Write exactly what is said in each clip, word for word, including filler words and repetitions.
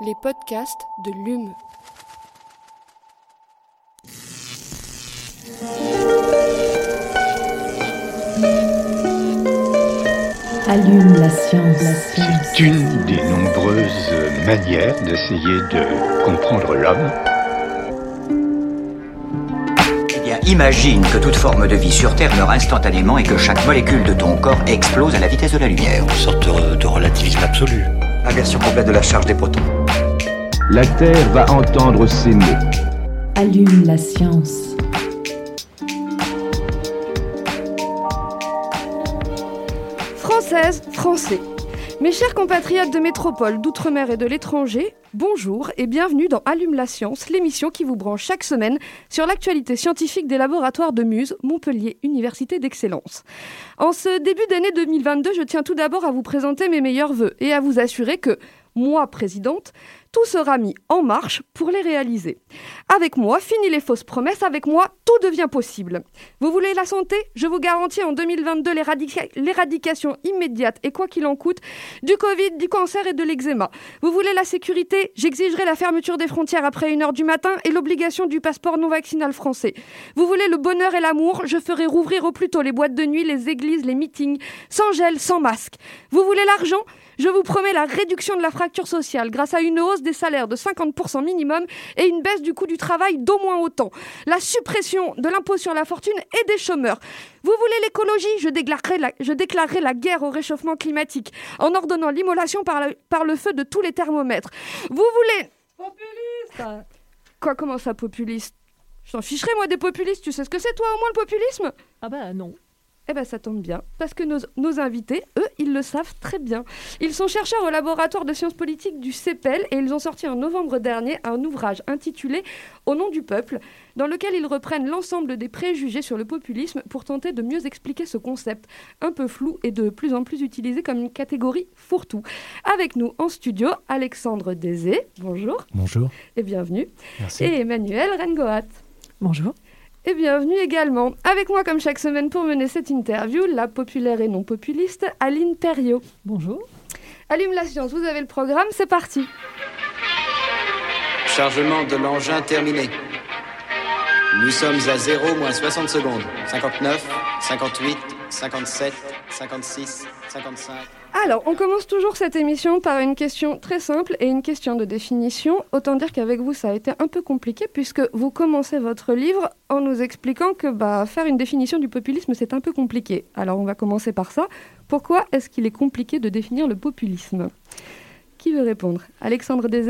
Les podcasts de l'U M. Allume la science. La science. C'est une des nombreuses manières d'essayer de comprendre l'homme. Eh bien, imagine que toute forme de vie sur Terre meurt instantanément et que chaque molécule de ton corps explose à la vitesse de la lumière. Une sorte de, de relativisme absolu. Inversion complète de la charge des protons. La Terre va entendre ces mots. Allume la science. Françaises, Français, mes chers compatriotes de métropole, d'outre-mer et de l'étranger, bonjour et bienvenue dans Allume la science, l'émission qui vous branche chaque semaine sur l'actualité scientifique des laboratoires de Muse, Montpellier, Université d'Excellence. En ce début d'année deux mille vingt-deux, je tiens tout d'abord à vous présenter mes meilleurs vœux et à vous assurer que, moi, présidente, tout sera mis en marche pour les réaliser. Avec moi, fini les fausses promesses, avec moi, tout devient possible. Vous voulez la santé ? Je vous garantis en deux mille vingt-deux l'éradica- l'éradication immédiate et quoi qu'il en coûte du Covid, du cancer et de l'eczéma. Vous voulez la sécurité ? J'exigerai la fermeture des frontières après une heure du matin et l'obligation du passeport non vaccinal français. Vous voulez le bonheur et l'amour ? Je ferai rouvrir au plus tôt les boîtes de nuit, les églises, les meetings, sans gel, sans masque. Vous voulez l'argent ? Je vous promets la réduction de la fracture sociale grâce à une hausse des salaires de cinquante pour cent minimum et une baisse du coût du travail d'au moins autant. La suppression de l'impôt sur la fortune et des chômeurs. Vous voulez l'écologie ? Je déclarerai la, je déclarerai la guerre au réchauffement climatique en ordonnant l'immolation par, la, par le feu de tous les thermomètres. Vous voulez... Populiste ! Quoi, comment ça, populiste ? Je t'en ficherai, moi, des populistes. Tu sais ce que c'est, toi, au moins, le populisme ? Ah bah non. Eh bien, ça tombe bien, parce que nos, nos invités, eux, ils le savent très bien. Ils sont chercheurs au laboratoire de sciences politiques du CEPEL et ils ont sorti en novembre dernier un ouvrage intitulé « Au nom du peuple », dans lequel ils reprennent l'ensemble des préjugés sur le populisme pour tenter de mieux expliquer ce concept un peu flou et de plus en plus utilisé comme une catégorie fourre-tout. Avec nous en studio, Alexandre Désé, bonjour. Bonjour. Et bienvenue. Merci. Et Emmanuel Rengoat. Bonjour. Et bienvenue également. Avec moi, comme chaque semaine, pour mener cette interview, la populaire et non populiste, Aline Perriot. Bonjour. Allume la science, vous avez le programme, c'est parti. Chargement de l'engin terminé. Nous sommes à zéro moins soixante secondes. cinquante-neuf, cinquante-huit, cinquante-sept, cinquante-six, cinquante-cinq... Alors, on commence toujours cette émission par une question très simple et une question de définition. Autant dire qu'avec vous, ça a été un peu compliqué puisque vous commencez votre livre en nous expliquant que bah, faire une définition du populisme, c'est un peu compliqué. Alors, on va commencer par ça. Pourquoi est-ce qu'il est compliqué de définir le populisme ? Qui veut répondre ? Alexandre Désé ?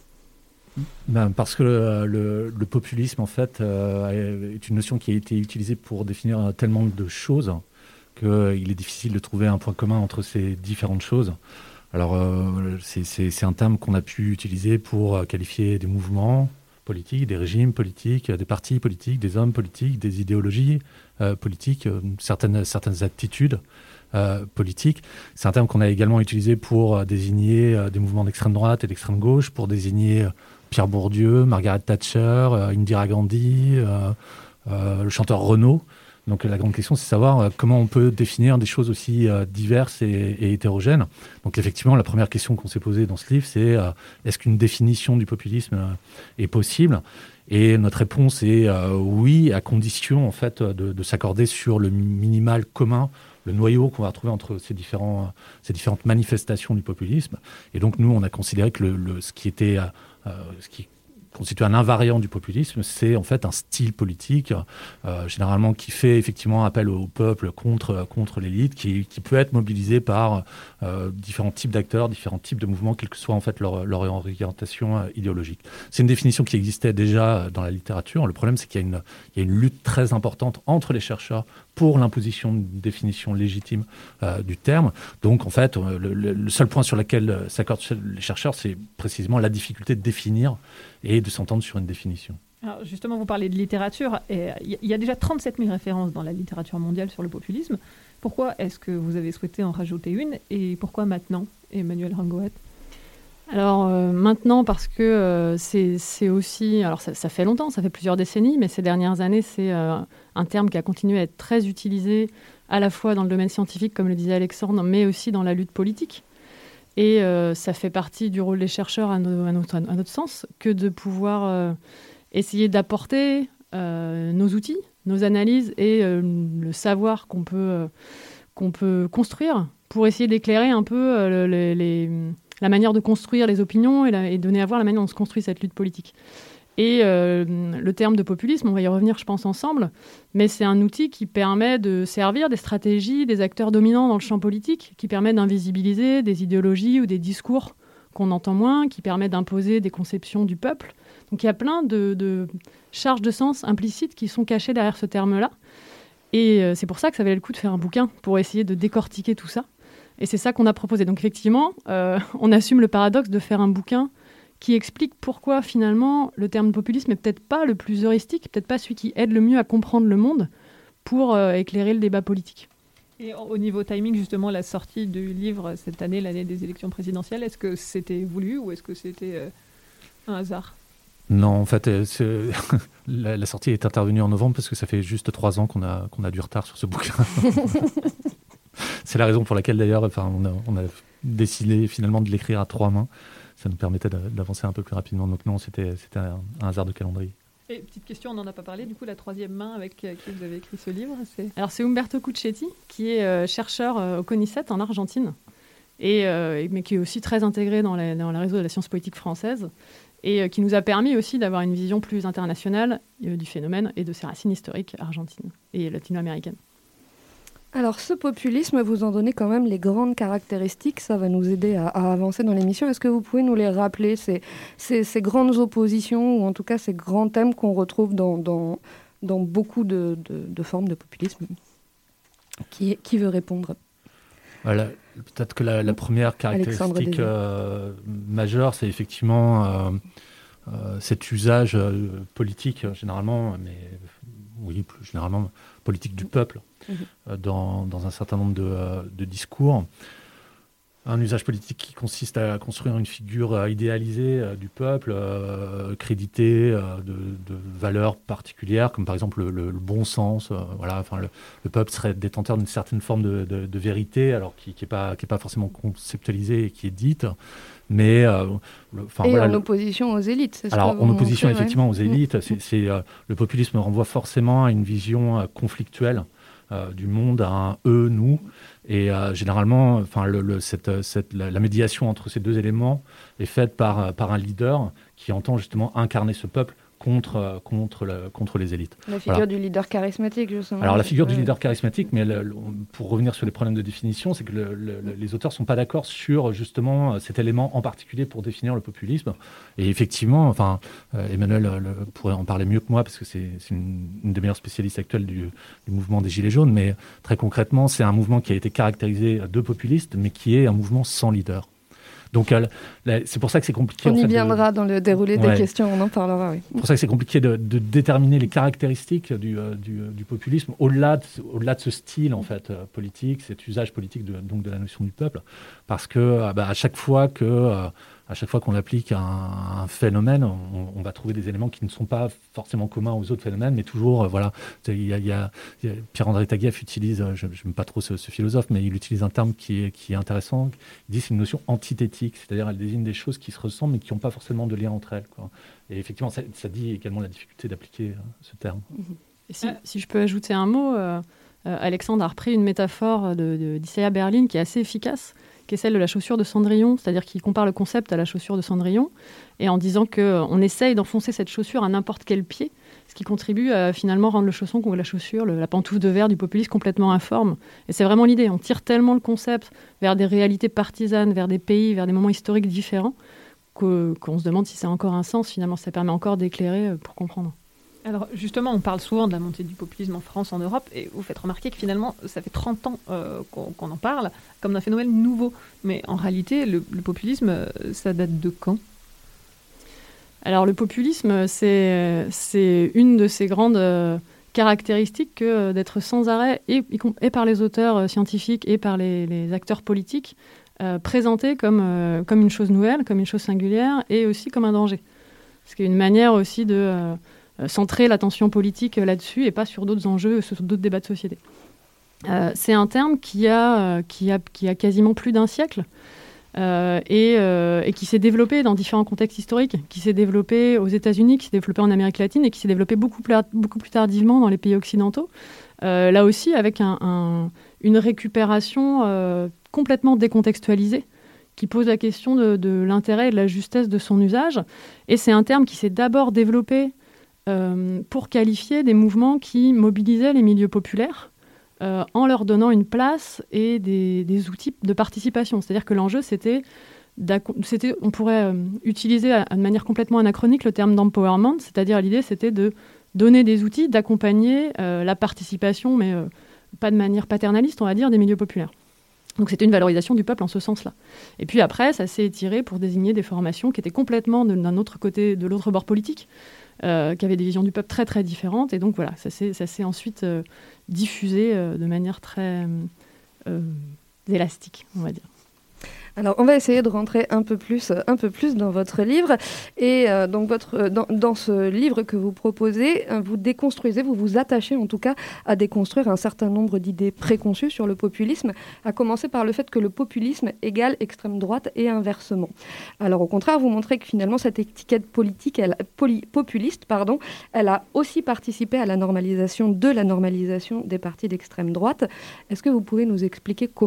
Ben parce que le, le, le populisme, en fait, euh, est une notion qui a été utilisée pour définir tellement de choses qu'il est difficile de trouver un point commun entre ces différentes choses. Alors, euh, c'est, c'est, c'est un terme qu'on a pu utiliser pour qualifier des mouvements politiques, des régimes politiques, des partis politiques, des hommes politiques, des idéologies euh, politiques, euh, certaines, certaines attitudes euh, politiques. C'est un terme qu'on a également utilisé pour désigner euh, des mouvements d'extrême droite et d'extrême gauche, pour désigner euh, Pierre Bourdieu, Margaret Thatcher, euh, Indira Gandhi, euh, euh, le chanteur Renaud. Donc la grande question, c'est de savoir euh, comment on peut définir des choses aussi euh, diverses et, et hétérogènes. Donc effectivement, la première question qu'on s'est posée dans ce livre, c'est euh, est-ce qu'une définition du populisme euh, est possible ? Et notre réponse est euh, oui, à condition en fait de, de s'accorder sur le minimal commun, le noyau qu'on va retrouver entre ces, différents, euh, ces différentes manifestations du populisme. Et donc nous, on a considéré que le, le, ce qui était euh, ce qui constitue un invariant du populisme, c'est en fait un style politique, euh, généralement qui fait effectivement appel au peuple contre, contre l'élite, qui, qui peut être mobilisé par euh, différents types d'acteurs, différents types de mouvements, quelle que soit en fait leur, leur orientation euh, idéologique. C'est une définition qui existait déjà dans la littérature. Le problème, c'est qu'il y a une, il y a une lutte très importante entre les chercheurs pour l'imposition d'une définition légitime euh, du terme. Donc, en fait, le, le, le seul point sur lequel s'accordent les chercheurs, c'est précisément la difficulté de définir et de s'entendre sur une définition. Alors justement, vous parlez de littérature, et il y a déjà trente-sept mille références dans la littérature mondiale sur le populisme. Pourquoi est-ce que vous avez souhaité en rajouter une, et pourquoi maintenant, Emmanuel Rengoat ? Alors euh, maintenant, parce que euh, c'est, c'est aussi... Alors ça, ça fait longtemps, ça fait plusieurs décennies, mais ces dernières années, c'est euh, un terme qui a continué à être très utilisé, à la fois dans le domaine scientifique, comme le disait Alexandre, mais aussi dans la lutte politique. Et euh, ça fait partie du rôle des chercheurs, à, no- à, notre, à notre sens, que de pouvoir euh, essayer d'apporter euh, nos outils, nos analyses et euh, le savoir qu'on peut, euh, qu'on peut construire pour essayer d'éclairer un peu euh, les, les, la manière de construire les opinions et, la, et donner à voir la manière dont se construit cette lutte politique. Et euh, le terme de populisme, on va y revenir, je pense, ensemble, mais c'est un outil qui permet de servir des stratégies, des acteurs dominants dans le champ politique, qui permet d'invisibiliser des idéologies ou des discours qu'on entend moins, qui permet d'imposer des conceptions du peuple. Donc il y a plein de, de charges de sens implicites qui sont cachées derrière ce terme-là. Et euh, c'est pour ça que ça valait le coup de faire un bouquin, pour essayer de décortiquer tout ça. Et c'est ça qu'on a proposé. Donc effectivement, euh, on assume le paradoxe de faire un bouquin qui explique pourquoi, finalement, le terme populisme n'est peut-être pas le plus heuristique, peut-être pas celui qui aide le mieux à comprendre le monde pour euh, éclairer le débat politique. Et au niveau timing, justement, la sortie du livre cette année, l'année des élections présidentielles, est-ce que c'était voulu ou est-ce que c'était euh, un hasard ? Non, en fait, euh, c'est... la, la sortie est intervenue en novembre parce que ça fait juste trois ans qu'on a, qu'on a du retard sur ce bouquin. C'est la raison pour laquelle, d'ailleurs, enfin, on a, on a décidé finalement de l'écrire à trois mains. Ça nous permettait d'avancer un peu plus rapidement. Donc non, c'était, c'était un, un hasard de calendrier. Et petite question, on n'en a pas parlé, du coup, la troisième main avec qui vous avez écrit ce livre, c'est... Alors c'est Umberto Cuccetti, qui est euh, chercheur euh, au CONICET en Argentine, et, euh, mais qui est aussi très intégré dans, la, dans le réseau de la science politique française, et euh, qui nous a permis aussi d'avoir une vision plus internationale euh, du phénomène et de ses racines historiques argentines et latino-américaines. Alors, ce populisme, vous en donnez quand même les grandes caractéristiques. Ça va nous aider à, à avancer dans l'émission. Est-ce que vous pouvez nous les rappeler, ces, ces, ces grandes oppositions, ou en tout cas ces grands thèmes qu'on retrouve dans, dans, dans beaucoup de, de, de formes de populisme ? Qui, qui veut répondre ? Voilà, peut-être que la, la première caractéristique euh, majeure, c'est effectivement euh, euh, cet usage euh, politique, généralement, mais oui, plus généralement politique du peuple. Mmh. Dans, dans un certain nombre de, de discours. Un usage politique qui consiste à construire une figure idéalisée du peuple, euh, créditée euh, de, de valeurs particulières, comme par exemple le, le, le bon sens. Euh, voilà, enfin, le, le peuple serait détenteur d'une certaine forme de, de, de vérité, alors qui n'est pas, qui est pas forcément conceptualisée et qui est dite. Mais, euh, le, et voilà, en le... opposition aux élites, c'est ce Alors, que vous en opposition montrez, effectivement ouais. aux élites, mmh. c'est, c'est, euh, le populisme renvoie forcément à une vision euh, conflictuelle euh, du monde, à un eux, nous. Et euh, généralement, enfin, le, le, cette, cette, la, la médiation entre ces deux éléments est faite par, par un leader qui entend justement incarner ce peuple contre, contre, le, contre les élites. La figure voilà. du leader charismatique, justement. Alors, la figure du leader charismatique, mais le, le, pour revenir sur les problèmes de définition, c'est que le, le, les auteurs ne sont pas d'accord sur justement cet élément en particulier pour définir le populisme. Et effectivement, enfin, euh, Emmanuel le, pourrait en parler mieux que moi parce que c'est, c'est une, une des meilleures spécialistes actuelles du, du mouvement des Gilets jaunes, mais très concrètement, c'est un mouvement qui a été caractérisé de populiste, mais qui est un mouvement sans leader. Donc, euh, là, c'est pour ça que c'est compliqué. On en y fait, viendra de... dans le déroulé des ouais. questions, on en parlera, oui. C'est pour ça que c'est compliqué de, de déterminer les caractéristiques du, euh, du, du populisme au-delà de, au-delà de ce style en fait, euh, politique, cet usage politique de, donc de la notion du peuple. Parce que euh, bah, à chaque fois que... Euh, à chaque fois qu'on l'applique à un, un phénomène, on, on va trouver des éléments qui ne sont pas forcément communs aux autres phénomènes, mais toujours, euh, voilà, il y a, il y a, il y a Pierre-André Taguieff utilise, je n'aime pas trop ce, ce philosophe, mais il utilise un terme qui est, qui est intéressant. Il dit que c'est une notion antithétique, c'est-à-dire elle désigne des choses qui se ressemblent, mais qui n'ont pas forcément de lien entre elles, quoi. Et effectivement, ça, ça dit également la difficulté d'appliquer euh, ce terme. Et si, si je peux ajouter un mot, euh, euh, Alexandre a repris une métaphore de, de, d'Isaiah Berlin qui est assez efficace, qui est celle de la chaussure de Cendrillon, c'est-à-dire qu'il compare le concept à la chaussure de Cendrillon, et en disant qu'on essaye d'enfoncer cette chaussure à n'importe quel pied, ce qui contribue à finalement rendre le chausson ou la chaussure, le, la pantoufle de verre du populisme complètement informe. Et c'est vraiment l'idée, on tire tellement le concept vers des réalités partisanes, vers des pays, vers des moments historiques différents, que, qu'on se demande si ça a encore un sens, finalement, ça permet encore d'éclairer pour comprendre. Alors justement, on parle souvent de la montée du populisme en France, en Europe, et vous faites remarquer que finalement, ça fait trente ans euh, qu'on, qu'on en parle, comme d'un phénomène nouveau. Mais en réalité, le, le populisme, ça date de quand ? Alors le populisme, c'est, c'est une de ces grandes euh, caractéristiques que d'être sans arrêt, et, et par les auteurs scientifiques et par les, les acteurs politiques, euh, présenté comme, euh, comme une chose nouvelle, comme une chose singulière, et aussi comme un danger. Ce qui est une manière aussi de... Euh, centrer l'attention politique là-dessus et pas sur d'autres enjeux, sur d'autres débats de société. Euh, c'est un terme qui a, euh, qui, a, qui a quasiment plus d'un siècle, euh, et, euh, et qui s'est développé dans différents contextes historiques, qui s'est développé aux États-Unis, qui s'est développé en Amérique latine et qui s'est développé beaucoup plus, beaucoup plus tardivement dans les pays occidentaux. Euh, là aussi, avec un, un, une récupération euh, complètement décontextualisée, qui pose la question de, de l'intérêt et de la justesse de son usage. Et c'est un terme qui s'est d'abord développé euh, pour qualifier des mouvements qui mobilisaient les milieux populaires, Euh, en leur donnant une place et des, des outils de participation. C'est-à-dire que l'enjeu, c'était, c'était on pourrait euh, utiliser à, de manière complètement anachronique le terme d'empowerment, c'est-à-dire l'idée, c'était de donner des outils, d'accompagner euh, la participation, mais euh, pas de manière paternaliste, on va dire, des milieux populaires. Donc c'était une valorisation du peuple en ce sens-là. Et puis après, ça s'est étiré pour désigner des formations qui étaient complètement de, d'un autre côté, de l'autre bord politique, euh, qui avaient des visions du peuple très très différentes. Et donc voilà, ça s'est, ça s'est ensuite euh, diffusé euh, de manière très euh, élastique, on va dire. Alors, on va essayer de rentrer un peu plus, un peu plus dans votre livre. Et euh, donc, votre, dans, dans ce livre que vous proposez, vous déconstruisez, vous vous attachez en tout cas à déconstruire un certain nombre d'idées préconçues sur le populisme, à commencer par le fait que le populisme égale extrême droite et inversement. Alors, au contraire, vous montrez que finalement, cette étiquette politique, elle, poli, populiste, pardon, elle a aussi participé à la normalisation de la normalisation des partis d'extrême droite. Est-ce que vous pouvez nous expliquer comment ?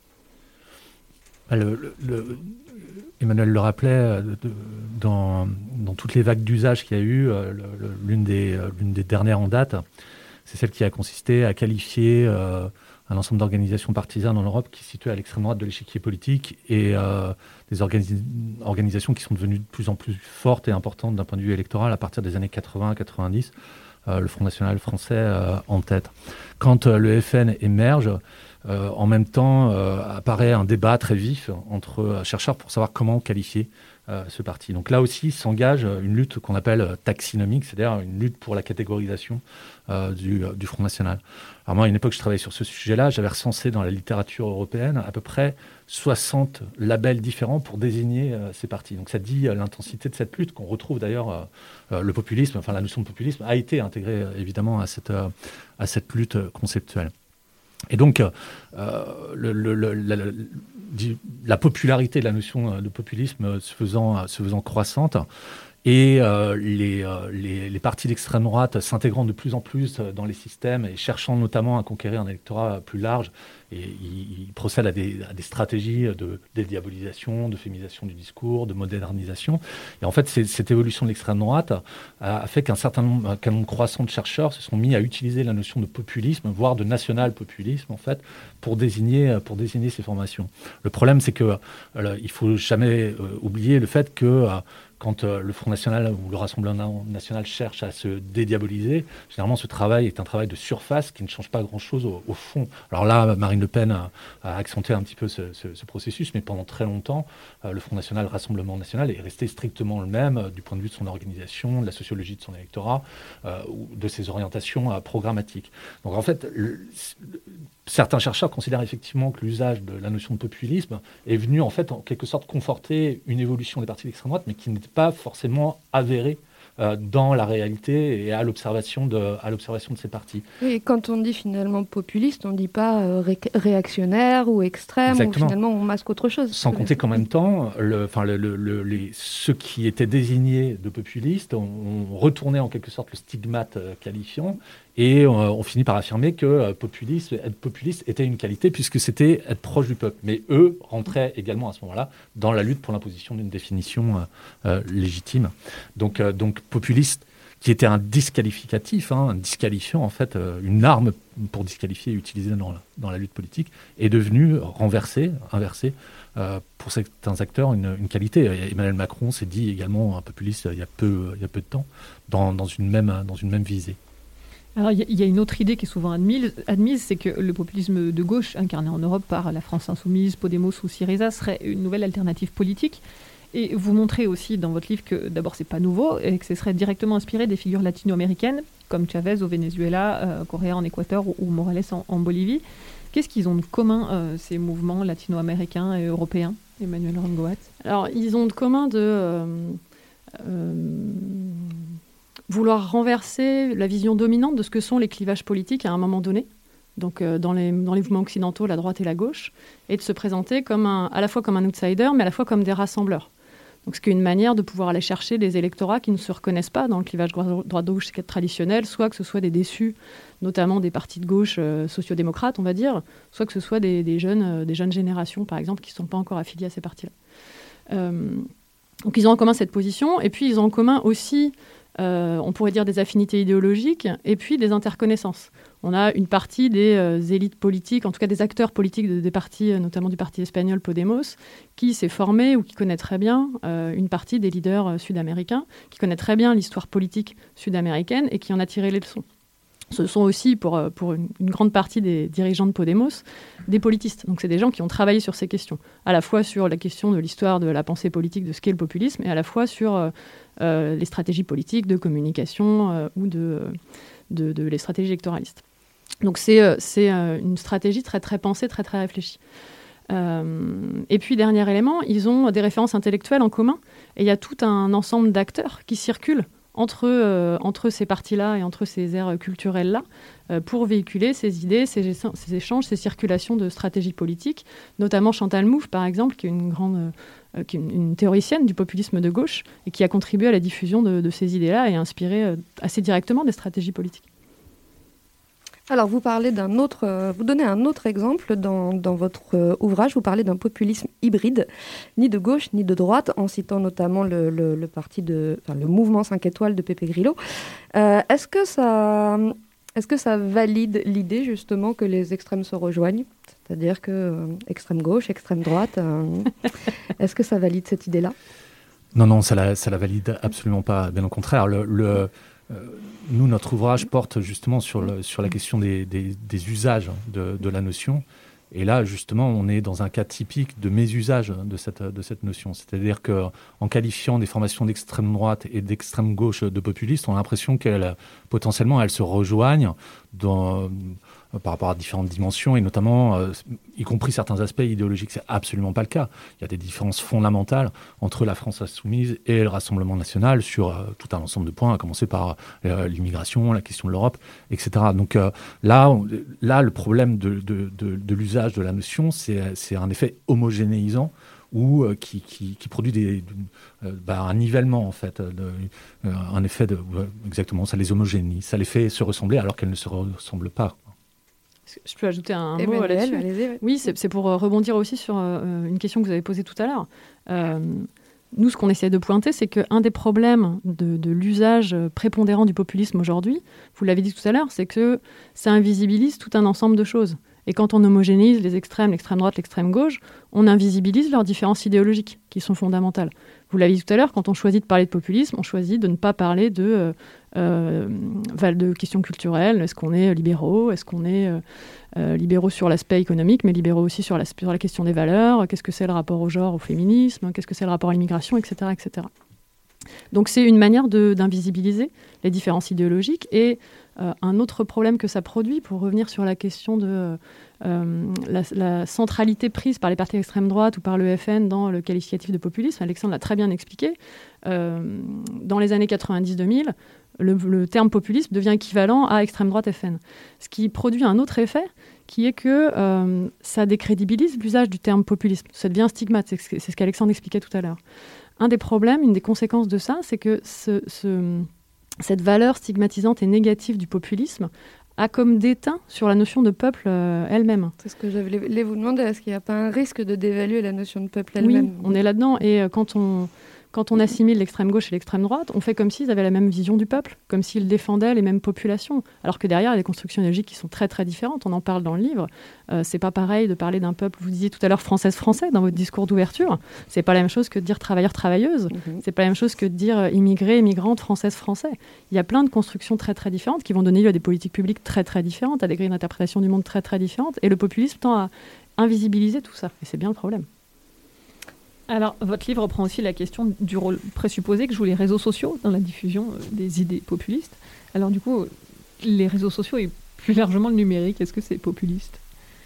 Le, le, le, Emmanuel le rappelait, de, de, dans, dans toutes les vagues d'usage qu'il y a eu, le, le, l'une, des, l'une des dernières en date, c'est celle qui a consisté à qualifier euh, un ensemble d'organisations partisanes en Europe qui se situaient à l'extrême droite de l'échiquier politique et euh, des organi- organisations qui sont devenues de plus en plus fortes et importantes d'un point de vue électoral à partir des années quatre-vingts quatre-vingt-dix, euh, le Front National français euh, en tête. Quand euh, le F N émerge, Euh, en même temps, euh, apparaît un débat très vif entre euh, chercheurs pour savoir comment qualifier euh, ce parti. Donc là aussi s'engage une lutte qu'on appelle euh, taxinomique, c'est-à-dire une lutte pour la catégorisation euh, du, euh, du Front National. Alors moi, à une époque, je travaillais sur ce sujet-là. J'avais recensé dans la littérature européenne à peu près soixante labels différents pour désigner euh, ces partis. Donc ça dit euh, l'intensité de cette lutte qu'on retrouve d'ailleurs. Euh, euh, le populisme, enfin la notion de populisme a été intégrée euh, évidemment à cette, euh, à cette lutte conceptuelle. Et donc, euh, le, le, le, la, la, la popularité de la notion de populisme se faisant, se faisant croissante et euh, les, euh, les, les partis d'extrême droite s'intégrant de plus en plus dans les systèmes et cherchant notamment à conquérir un électorat plus large, et ils, ils procèdent à des, à des stratégies de dédiabolisation, de féminisation du discours, de modernisation. Et en fait, c'est, cette évolution de l'extrême droite a, a fait qu'un certain nombre, qu'un nombre croissant de chercheurs se sont mis à utiliser la notion de populisme, voire de national-populisme, en fait, pour désigner, pour désigner ces formations. Le problème, c'est que euh, il faut jamais euh, oublier le fait que euh, quand euh, le Front National ou le Rassemblement National cherche à se dédiaboliser, généralement ce travail est un travail de surface qui ne change pas grand-chose au, au fond. Alors là, Marine Le Pen a, a accentué un petit peu ce, ce, ce processus, mais pendant très longtemps, euh, le Front National, le Rassemblement National est resté strictement le même euh, du point de vue de son organisation, de la sociologie de son électorat, euh, ou de ses orientations euh, programmatiques. Donc en fait, le, le, certains chercheurs considèrent effectivement que l'usage de la notion de populisme est venu en fait en quelque sorte conforter une évolution des partis d'extrême droite, mais qui n'était pas forcément avérée euh, dans la réalité et à l'observation de, à l'observation de ces partis. Oui, et quand on dit finalement populiste, on ne dit pas euh, ré- réactionnaire ou extrême, Exactement. Ou finalement on masque autre chose. Sans compter qu'en même temps, le, enfin, le, le, le, les, ceux qui étaient désignés de populistes ont, ont retourné en quelque sorte le stigmate euh, qualifiant. Et euh, on finit par affirmer que euh, populiste, être populiste était une qualité puisque c'était être proche du peuple. Mais eux rentraient également à ce moment-là dans la lutte pour l'imposition d'une définition euh, euh, légitime. Donc, euh, donc populiste, qui était un disqualificatif, hein, un disqualifiant en fait, euh, une arme pour disqualifier et utiliser dans la, dans la lutte politique, est devenu renversé, inversé, euh, pour certains acteurs une, une qualité. Emmanuel Macron s'est dit également un populiste il y a peu, il y a peu de temps, dans, dans, une même, dans une même visée. Alors, il y, y a une autre idée qui est souvent admise, admise, c'est que le populisme de gauche, incarné en Europe par la France Insoumise, Podemos ou Syriza, serait une nouvelle alternative politique. Et vous montrez aussi dans votre livre que, d'abord, c'est pas nouveau et que ce serait directement inspiré des figures latino-américaines, comme Chavez au Venezuela, euh, Correa en Équateur ou, ou Morales en, en Bolivie. Qu'est-ce qu'ils ont de commun, euh, ces mouvements latino-américains et européens, Emmanuel Rangoat ? Alors, ils ont de commun de... Euh, euh, vouloir renverser la vision dominante de ce que sont les clivages politiques à un moment donné, donc euh, dans, les, dans les mouvements occidentaux, la droite et la gauche, et de se présenter comme un, à la fois comme un outsider, mais à la fois comme des rassembleurs. Donc, ce qui est une manière de pouvoir aller chercher des électorats qui ne se reconnaissent pas dans le clivage droite-gauche traditionnel, soit que ce soit des déçus, notamment des partis de gauche euh, sociodémocrates, on va dire, soit que ce soit des, des, jeunes, euh, des jeunes générations, par exemple, qui ne sont pas encore affiliés à ces partis-là. Euh, donc, ils ont en commun cette position, et puis ils ont en commun aussi, euh, on pourrait dire, des affinités idéologiques, et puis des interconnaissances. On a une partie des euh, élites politiques, en tout cas des acteurs politiques de, des partis, euh, notamment du parti espagnol Podemos, qui s'est formé ou qui connaît très bien euh, une partie des leaders euh, sud-américains, qui connaît très bien l'histoire politique sud-américaine et qui en a tiré les leçons. Ce sont aussi, pour, euh, pour une, une grande partie des dirigeants de Podemos, des politistes. Donc c'est des gens qui ont travaillé sur ces questions, à la fois sur la question de l'histoire de la pensée politique, de ce qu'est le populisme, et à la fois sur euh, euh, les stratégies politiques de communication euh, ou de, de, de les stratégies électoralistes. Donc c'est, euh, c'est euh, une stratégie très très pensée, très très réfléchie. Euh, et puis dernier élément, ils ont des références intellectuelles en commun, et il y a tout un ensemble d'acteurs qui circulent entre, euh, entre ces partis-là et entre ces aires culturelles-là euh, pour véhiculer ces idées, ces, ces échanges, ces circulations de stratégies politiques, notamment Chantal Mouffe par exemple, qui est une grande euh, qui est une, une théoricienne du populisme de gauche et qui a contribué à la diffusion de, de ces idées-là et a inspiré euh, assez directement des stratégies politiques. Alors, vous parlez d'un autre, euh, vous donnez un autre exemple dans, dans votre euh, ouvrage. Vous parlez d'un populisme hybride, ni de gauche ni de droite, en citant notamment le, le, le parti de, enfin, le mouvement cinq étoiles de Pepe Grillo. Euh, est-ce que ça, est-ce que ça valide l'idée justement que les extrêmes se rejoignent, c'est-à-dire que euh, extrême gauche, extrême droite, euh, est-ce que ça valide cette idée-là ? Non, non, ça la, ça la valide absolument pas. Bien au contraire, le, le Euh, nous, notre ouvrage porte justement sur, le, sur la question des, des, des usages de, de la notion. Et là, justement, on est dans un cas typique de mésusage de cette, de cette notion. C'est-à-dire qu'en qualifiant des formations d'extrême droite et d'extrême gauche de populistes, on a l'impression qu'elles, potentiellement, elles se rejoignent dans, par rapport à différentes dimensions, et notamment, euh, y compris certains aspects idéologiques. C'est absolument pas le cas. Il y a des différences fondamentales entre la France insoumise et le Rassemblement national sur euh, tout un ensemble de points, à commencer par euh, l'immigration, la question de l'Europe, et cetera. Donc euh, là, on, là, le problème de, de, de, de l'usage de la notion, c'est, c'est un effet homogénéisant ou euh, qui, qui, qui produit des, euh, bah, un nivellement, en fait, de, euh, un effet de... Euh, exactement, ça les homogénéise, ça les fait se ressembler alors qu'elles ne se ressemblent pas. Je peux ajouter un Emmanuel, mot là-dessus. allez-y, ouais. Oui, c'est, c'est pour rebondir aussi sur euh, une question que vous avez posée tout à l'heure. Euh, nous, ce qu'on essaie de pointer, c'est qu'un des problèmes de, de l'usage prépondérant du populisme aujourd'hui, vous l'avez dit tout à l'heure, c'est que ça invisibilise tout un ensemble de choses. Et quand on homogénéise les extrêmes, l'extrême droite, l'extrême gauche, on invisibilise leurs différences idéologiques qui sont fondamentales. Vous l'avez dit tout à l'heure, quand on choisit de parler de populisme, on choisit de ne pas parler de, euh, de questions culturelles. Est-ce qu'on est libéraux ? Est-ce qu'on est euh, euh, libéraux sur l'aspect économique, mais libéraux aussi sur la, sur la question des valeurs ? Qu'est-ce que c'est le rapport au genre, au féminisme ? Qu'est-ce que c'est le rapport à l'immigration, et cetera, et cetera. Donc c'est une manière de, d'invisibiliser les différences idéologiques. Et euh, un autre problème que ça produit, pour revenir sur la question de euh, la, la centralité prise par les partis d'extrême droite ou par le F N dans le qualificatif de populisme, Alexandre l'a très bien expliqué, euh, dans les années quatre-vingt-dix deux mille, le, le terme populisme devient équivalent à extrême droite F N. Ce qui produit un autre effet, qui est que euh, ça décrédibilise l'usage du terme populisme. Ça devient un stigmate, c'est, c'est ce qu'Alexandre expliquait tout à l'heure. Un des problèmes, une des conséquences de ça, c'est que ce, ce, cette valeur stigmatisante et négative du populisme a comme déteint sur la notion de peuple euh, elle-même. C'est ce que je voulais vous demander, est-ce qu'il n'y a pas un risque de dévaluer la notion de peuple elle-même ? Oui, on est là-dedans. Et euh, quand on... Quand on assimile l'extrême gauche et l'extrême droite, on fait comme s'ils avaient la même vision du peuple, comme s'ils défendaient les mêmes populations. Alors que derrière, il y a des constructions idéologiques qui sont très très différentes. On en parle dans le livre. Euh, c'est pas pareil de parler d'un peuple, vous disiez tout à l'heure française-français dans votre discours d'ouverture. C'est pas la même chose que de dire travailleur-travailleuse. Mm-hmm. C'est pas la même chose que de dire immigré, immigrante, française-français. Il y a plein de constructions très très différentes qui vont donner lieu à des politiques publiques très très différentes, à des grilles d'interprétation du monde très très différentes. Et le populisme tend à invisibiliser tout ça. Et c'est bien le problème. Alors, votre livre reprend aussi la question du rôle présupposé que jouent les réseaux sociaux dans la diffusion euh, des idées populistes. Alors, du coup, les réseaux sociaux et plus largement le numérique, est-ce que c'est populiste ?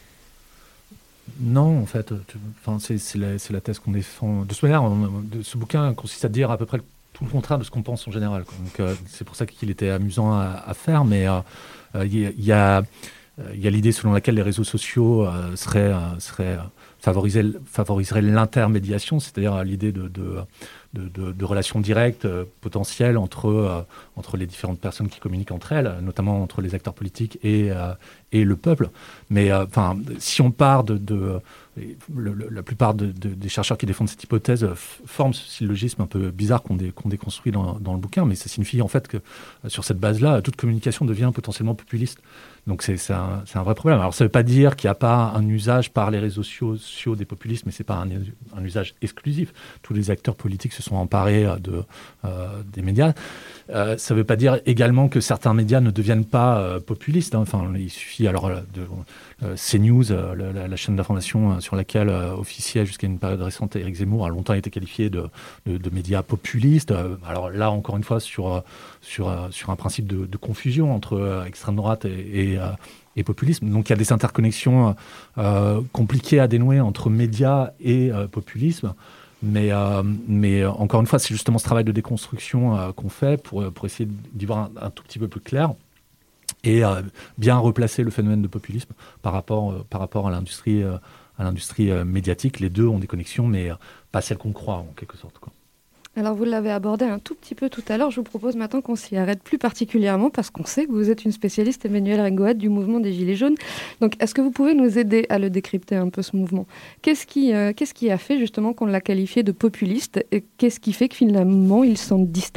Non, en fait, tu, enfin, c'est, c'est, la, c'est la thèse qu'on défend. De toute manière, on, de, ce bouquin consiste à dire à peu près tout le contraire de ce qu'on pense en général, quoi. Donc, euh, c'est pour ça qu'il était amusant à, à faire, mais il euh, euh, y, y a... il y a l'idée selon laquelle les réseaux sociaux euh, seraient, euh, seraient, euh, favoriseraient, favoriseraient l'intermédiation, c'est-à-dire euh, l'idée de, de, de, de, de relations directes euh, potentielles entre, euh, entre les différentes personnes qui communiquent entre elles, notamment entre les acteurs politiques et, euh, et le peuple. Mais euh, si on part de... de le, le, la plupart de, de, des chercheurs qui défendent cette hypothèse euh, forment ce syllogisme un peu bizarre qu'on, dé, qu'on déconstruit dans, dans le bouquin, mais ça signifie en fait que euh, sur cette base-là, toute communication devient potentiellement populiste. Donc c'est, c'est, un, c'est un vrai problème. Alors ça ne veut pas dire qu'il n'y a pas un usage par les réseaux sociaux des populistes, mais ce n'est pas un, un usage exclusif. Tous les acteurs politiques se sont emparés de, euh, des médias. Euh, ça ne veut pas dire également que certains médias ne deviennent pas euh, populistes. Hein. Enfin, il suffit alors de euh, CNews, euh, la, la chaîne d'information euh, sur laquelle euh, officiait jusqu'à une période récente Éric Zemmour, a longtemps été qualifié de, de, de médias populistes. Euh, alors là, encore une fois, sur, euh, sur, euh, sur un principe de, de confusion entre euh, extrême droite et, et, euh, et populisme. Donc il y a des interconnexions euh, compliquées à dénouer entre médias et euh, populisme. Mais, euh, mais encore une fois, c'est justement ce travail de déconstruction euh, qu'on fait pour, pour essayer d'y voir un, un tout petit peu plus clair et euh, bien replacer le phénomène de populisme par rapport, euh, par rapport à l'industrie, euh, à l'industrie euh, médiatique. Les deux ont des connexions, mais euh, pas celles qu'on croit, en quelque sorte, quoi. Alors vous l'avez abordé un tout petit peu tout à l'heure, je vous propose maintenant qu'on s'y arrête plus particulièrement parce qu'on sait que vous êtes une spécialiste, Emmanuelle Ringoat, du mouvement des Gilets jaunes. Donc est-ce que vous pouvez nous aider à le décrypter un peu, ce mouvement ? Qu'est-ce qui, euh, qu'est-ce qui a fait justement qu'on l'a qualifié de populiste et qu'est-ce qui fait que finalement il s'en distingue ?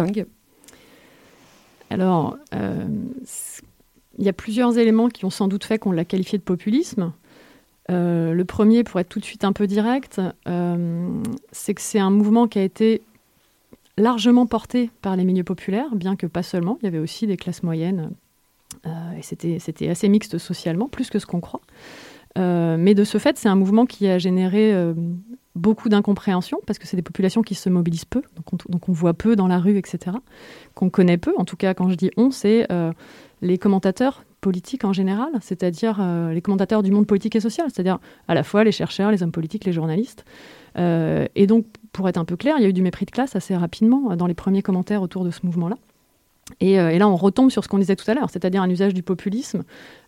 Alors, euh, il y a plusieurs éléments qui ont sans doute fait qu'on l'a qualifié de populisme. Euh, le premier, pour être tout de suite un peu direct, euh, c'est que c'est un mouvement qui a été largement porté par les milieux populaires, bien que pas seulement. Il y avait aussi des classes moyennes, euh, et c'était, c'était assez mixte socialement, plus que ce qu'on croit. Euh, mais de ce fait, c'est un mouvement qui a généré euh, beaucoup d'incompréhension, parce que c'est des populations qui se mobilisent peu, donc on, donc on voit peu dans la rue, et cetera, qu'on connaît peu. En tout cas, quand je dis « on », c'est euh, les commentateurs politiques en général, c'est-à-dire euh, les commentateurs du monde politique et social, c'est-à-dire à la fois les chercheurs, les hommes politiques, les journalistes. Euh, et donc, pour être un peu clair, il y a eu du mépris de classe assez rapidement dans les premiers commentaires autour de ce mouvement-là. Et, euh, et là, on retombe sur ce qu'on disait tout à l'heure, c'est-à-dire un usage du populisme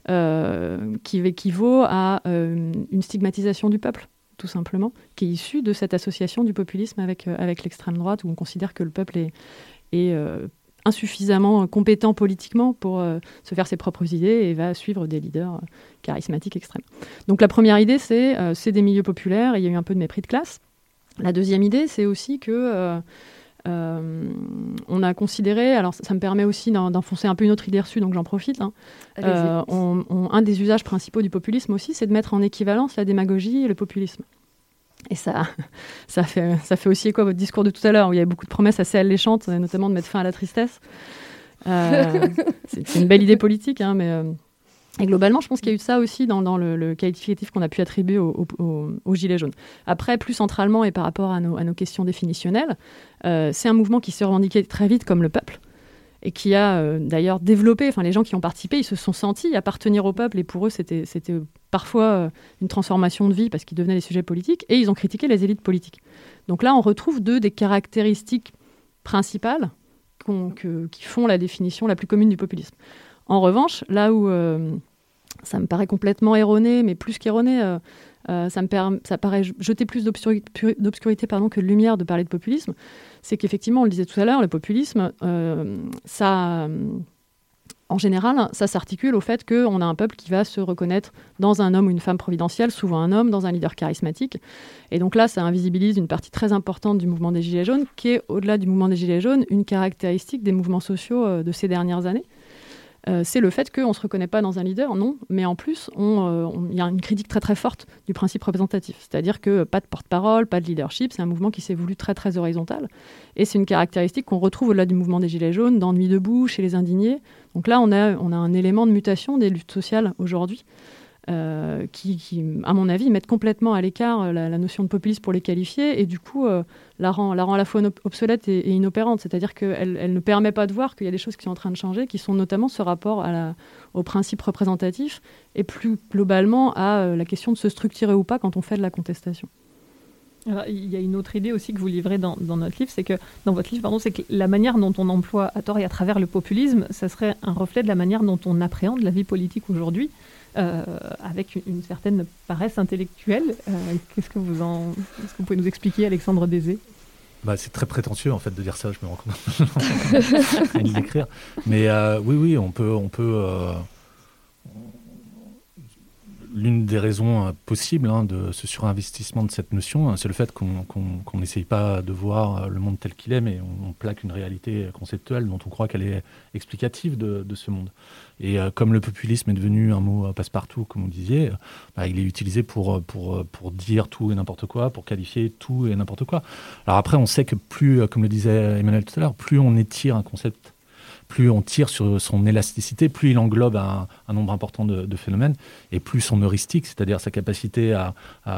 euh, qui équivaut à euh, une stigmatisation du peuple, tout simplement, qui est issue de cette association du populisme avec, euh, avec l'extrême droite, où on considère que le peuple est, est euh, insuffisamment compétent politiquement pour euh, se faire ses propres idées et va suivre des leaders euh, charismatiques extrêmes. Donc la première idée, c'est euh, c'est des milieux populaires, et il y a eu un peu de mépris de classe. La deuxième idée, c'est aussi que euh, euh, on a considéré, alors ça, ça me permet aussi d'en, d'enfoncer un peu une autre idée reçue, donc j'en profite. Hein. Euh, on, on, un des usages principaux du populisme aussi, c'est de mettre en équivalence la démagogie et le populisme. Et ça, ça, fait, ça fait aussi écho à votre discours de tout à l'heure, où il y avait beaucoup de promesses assez alléchantes, notamment de mettre fin à la tristesse. Euh, c'est, c'est une belle idée politique, hein, mais... Euh, Et globalement, je pense qu'il y a eu de ça aussi dans, dans le, le qualificatif qu'on a pu attribuer aux au, au, au Gilets jaunes. Après, plus centralement et par rapport à nos, à nos questions définitionnelles, euh, c'est un mouvement qui s'est revendiqué très vite comme le peuple et qui a euh, d'ailleurs développé, enfin les gens qui ont participé, ils se sont sentis appartenir au peuple et pour eux, c'était, c'était parfois euh, une transformation de vie parce qu'ils devenaient des sujets politiques et ils ont critiqué les élites politiques. Donc là, on retrouve deux des caractéristiques principales qu'on, que, qui font la définition la plus commune du populisme. En revanche, là où euh, ça me paraît complètement erroné, mais plus qu'erroné, euh, euh, ça me per- ça paraît jeter plus d'obscurité, d'obscurité pardon, que de lumière de parler de populisme, c'est qu'effectivement, on le disait tout à l'heure, le populisme, euh, ça, euh, en général, ça s'articule au fait qu'on a un peuple qui va se reconnaître dans un homme ou une femme providentielle, souvent un homme, dans un leader charismatique. Et donc là, ça invisibilise une partie très importante du mouvement des Gilets jaunes, qui est, au-delà du mouvement des Gilets jaunes, une caractéristique des mouvements sociaux euh, de ces dernières années. Euh, c'est le fait qu'on ne se reconnaît pas dans un leader, non, mais en plus, il euh, y a une critique très très forte du principe représentatif. C'est-à-dire que pas de porte-parole, pas de leadership, c'est un mouvement qui s'est voulu très très horizontal. Et c'est une caractéristique qu'on retrouve au-delà du mouvement des Gilets jaunes, dans Nuit debout, chez les indignés. Donc là, on a, on a un élément de mutation des luttes sociales aujourd'hui, euh, qui, qui, à mon avis, mettent complètement à l'écart la, la notion de populisme pour les qualifier, et du coup, euh, la, rend, la rend à la fois obsolète et, et inopérante. C'est-à-dire qu'elle elle ne permet pas de voir qu'il y a des choses qui sont en train de changer, qui sont notamment ce rapport à la, au principe représentatif, et plus globalement à euh, la question de se structurer ou pas quand on fait de la contestation. Alors, il y a une autre idée aussi que vous livrez dans, dans notre livre, c'est que dans votre livre, pardon, c'est que la manière dont on emploie à tort et à travers le populisme, ça serait un reflet de la manière dont on appréhende la vie politique aujourd'hui. euh, avec une, une certaine paresse intellectuelle. Euh, qu'est-ce que vous en, est-ce que vous pouvez nous expliquer, Alexandre Désé ? Bah, c'est très prétentieux en fait de dire ça, je me rends compte à l'écrire. Mais euh, oui, oui, on peut, on peut. Euh, l'une des raisons euh, possibles hein, de ce surinvestissement de cette notion, hein, c'est le fait qu'on qu'on, qu'on n'essaye pas de voir le monde tel qu'il est, mais on, on plaque une réalité conceptuelle dont on croit qu'elle est explicative de, de ce monde. Et euh, comme le populisme est devenu un mot passe-partout, comme vous disiez, bah, il est utilisé pour, pour, pour dire tout et n'importe quoi, pour qualifier tout et n'importe quoi. Alors après, on sait que plus, comme le disait Emmanuel tout à l'heure, plus on étire un concept, plus on tire sur son élasticité, plus il englobe un, un nombre important de, de phénomènes, et plus son heuristique, c'est-à-dire sa capacité à,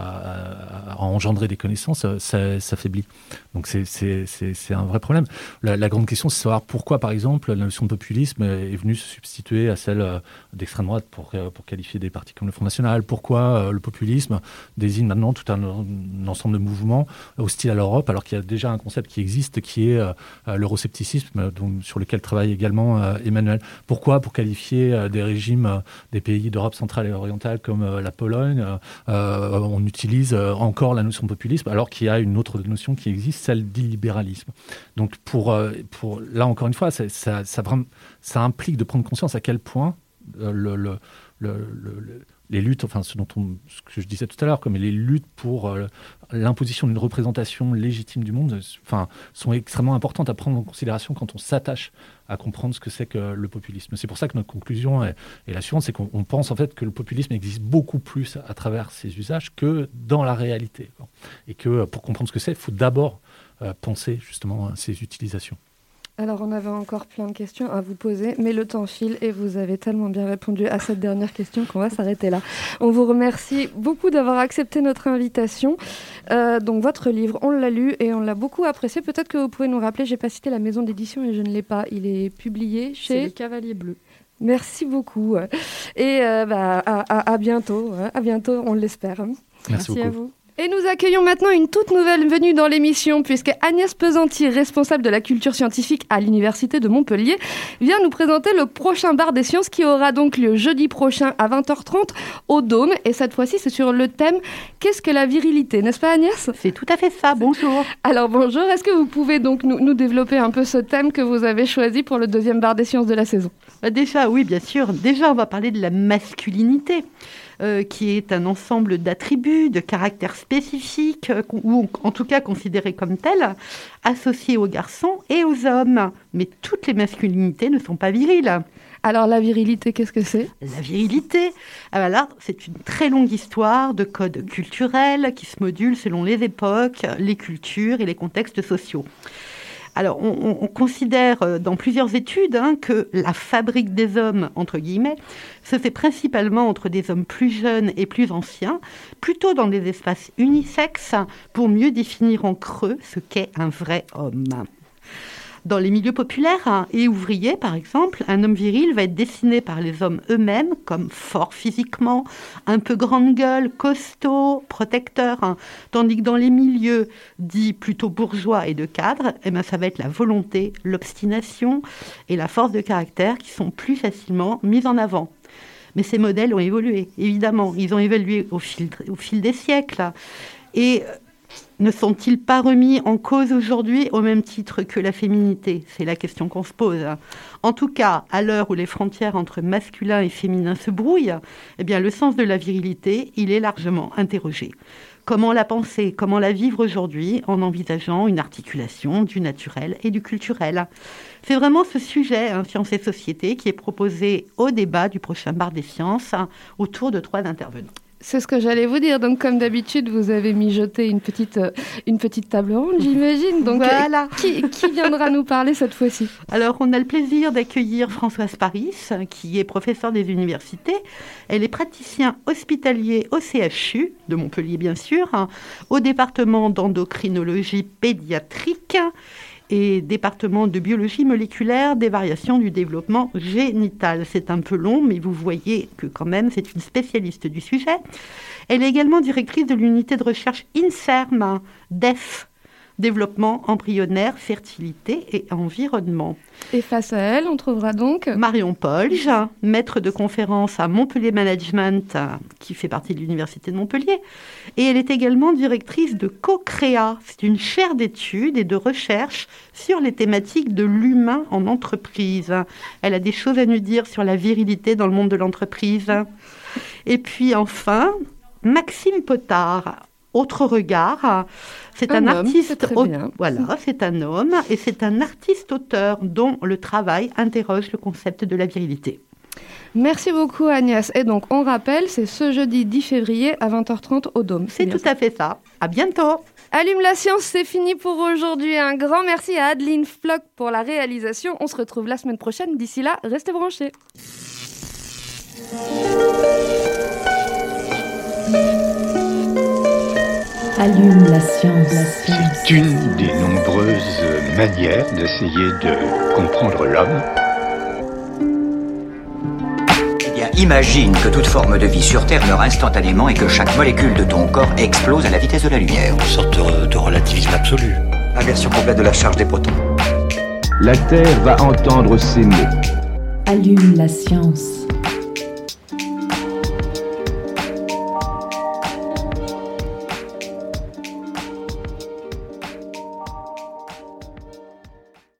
à, à engendrer des connaissances, ça, s'affaiblit. Donc c'est, c'est, c'est, c'est un vrai problème. La, la grande question, c'est de savoir pourquoi, par exemple, la notion de populisme est venue se substituer à celle d'extrême droite pour, pour qualifier des partis comme le Front National. Pourquoi le populisme désigne maintenant tout un, un ensemble de mouvements hostiles à l'Europe, alors qu'il y a déjà un concept qui existe, qui est euh, l'euroscepticisme, dont, sur lequel travaille également euh, Emmanuel. Pourquoi ? Pour qualifier euh, des régimes euh, des pays d'Europe centrale et orientale comme euh, la Pologne, euh, on utilise euh, encore la notion de populisme, alors qu'il y a une autre notion qui existe, celle d'illibéralisme. Donc pour, euh, pour là encore une fois, ça, ça, ça, ça implique de prendre conscience à quel point euh, le, le, le, le les luttes, enfin ce dont on, ce que je disais tout à l'heure, comme les luttes pour euh, l'imposition d'une représentation légitime du monde, enfin, sont extrêmement importantes à prendre en considération quand on s'attache à comprendre ce que c'est que le populisme. C'est pour ça que notre conclusion est, est la suivante, c'est qu'on on pense en fait que le populisme existe beaucoup plus à travers ses usages que dans la réalité. Quoi. Et que pour comprendre ce que c'est, il faut d'abord euh, penser justement à ses utilisations. Alors, on avait encore plein de questions à vous poser, mais le temps file et vous avez tellement bien répondu à cette dernière question qu'on va s'arrêter là. On vous remercie beaucoup d'avoir accepté notre invitation. Euh, donc, votre livre, on l'a lu et on l'a beaucoup apprécié. Peut-être que vous pouvez nous rappeler, j'ai pas cité la maison d'édition et je ne l'ai pas. Il est publié chez... C'est Les Cavaliers Bleus. Merci beaucoup. Et euh, bah, à, à, à bientôt. À bientôt, on l'espère. Merci, Merci beaucoup. à vous. Et nous accueillons maintenant une toute nouvelle venue dans l'émission, puisque Agnès Pesanti, responsable de la culture scientifique à l'Université de Montpellier, vient nous présenter le prochain bar des sciences qui aura donc lieu jeudi prochain à vingt heures trente au Dôme. Et cette fois-ci, c'est sur le thème « Qu'est-ce que la virilité ?» N'est-ce pas, Agnès ? C'est tout à fait ça, bonjour. Alors bonjour, est-ce que vous pouvez donc nous, nous développer un peu ce thème que vous avez choisi pour le deuxième bar des sciences de la saison ? Bah déjà, oui, bien sûr. Déjà, on va parler de la masculinité. Euh, qui est un ensemble d'attributs, de caractères spécifiques, euh, ou en tout cas considérés comme tels, associés aux garçons et aux hommes. Mais toutes les masculinités ne sont pas viriles. Alors la virilité, qu'est-ce que c'est ? La virilité, alors là, c'est une très longue histoire de codes culturels qui se modulent selon les époques, les cultures et les contextes sociaux. Alors, on, on considère dans plusieurs études hein, que la fabrique des hommes, entre guillemets, se fait principalement entre des hommes plus jeunes et plus anciens, plutôt dans des espaces unisexes, pour mieux définir en creux ce qu'est un vrai homme. Dans les milieux populaires et ouvriers, par exemple, un homme viril va être dessiné par les hommes eux-mêmes comme fort physiquement, un peu grande gueule, costaud, protecteur, hein. Tandis que dans les milieux dits plutôt bourgeois et de cadres, eh ben, ça va être la volonté, l'obstination et la force de caractère qui sont plus facilement mises en avant. Mais ces modèles ont évolué, évidemment. Ils ont évolué au fil, au fil des siècles. Et ne sont-ils pas remis en cause aujourd'hui au même titre que la féminité ? C'est la question qu'on se pose. En tout cas, à l'heure où les frontières entre masculin et féminin se brouillent, eh bien, le sens de la virilité, il est largement interrogé. Comment la penser ? Comment la vivre aujourd'hui en envisageant une articulation du naturel et du culturel ? C'est vraiment ce sujet, hein, Sciences et Société, qui est proposé au débat du prochain bar des sciences, hein, autour de trois intervenants. C'est ce que j'allais vous dire. Donc, comme d'habitude, vous avez mijoté une petite, euh, une petite table ronde, j'imagine. Donc, voilà. euh, qui, qui viendra nous parler cette fois-ci ? Alors, on a le plaisir d'accueillir Françoise Paris, qui est professeure des universités. Elle est praticienne hospitalier au C H U, de Montpellier, bien sûr, hein, au département d'endocrinologie pédiatrique et département de biologie moléculaire des variations du développement génital. C'est un peu long, mais vous voyez que quand même, c'est une spécialiste du sujet. Elle est également directrice de l'unité de recherche INSERM, D E F, développement embryonnaire, fertilité et environnement. Et face à elle, on trouvera donc Marion Polge, maître de conférence à Montpellier Management, qui fait partie de l'Université de Montpellier. Et elle est également directrice de CoCréa. C'est une chaire d'études et de recherche sur les thématiques de l'humain en entreprise. Elle a des choses à nous dire sur la virilité dans le monde de l'entreprise. Et puis enfin, Maxime Potard, autre regard. C'est un, un homme, artiste, c'est au... bien. voilà, c'est un homme et c'est un artiste-auteur dont le travail interroge le concept de la virilité. Merci beaucoup Agnès. Et donc on rappelle, c'est ce jeudi dix février à vingt heures trente au Dôme. C'est, c'est tout ça. à fait ça. À bientôt. Allume la science, c'est fini pour aujourd'hui. Un grand merci à Adeline Flock pour la réalisation. On se retrouve la semaine prochaine. D'ici là, restez branchés. Allume la science. La science. C'est une des nombreuses manières d'essayer de comprendre l'homme. Eh bien, imagine que toute forme de vie sur Terre meurt instantanément et que chaque molécule de ton corps explose à la vitesse de la lumière. Une sorte de, de relativisme absolu. Inversion complète de la charge des protons. La Terre va entendre ces mots. Allume la science.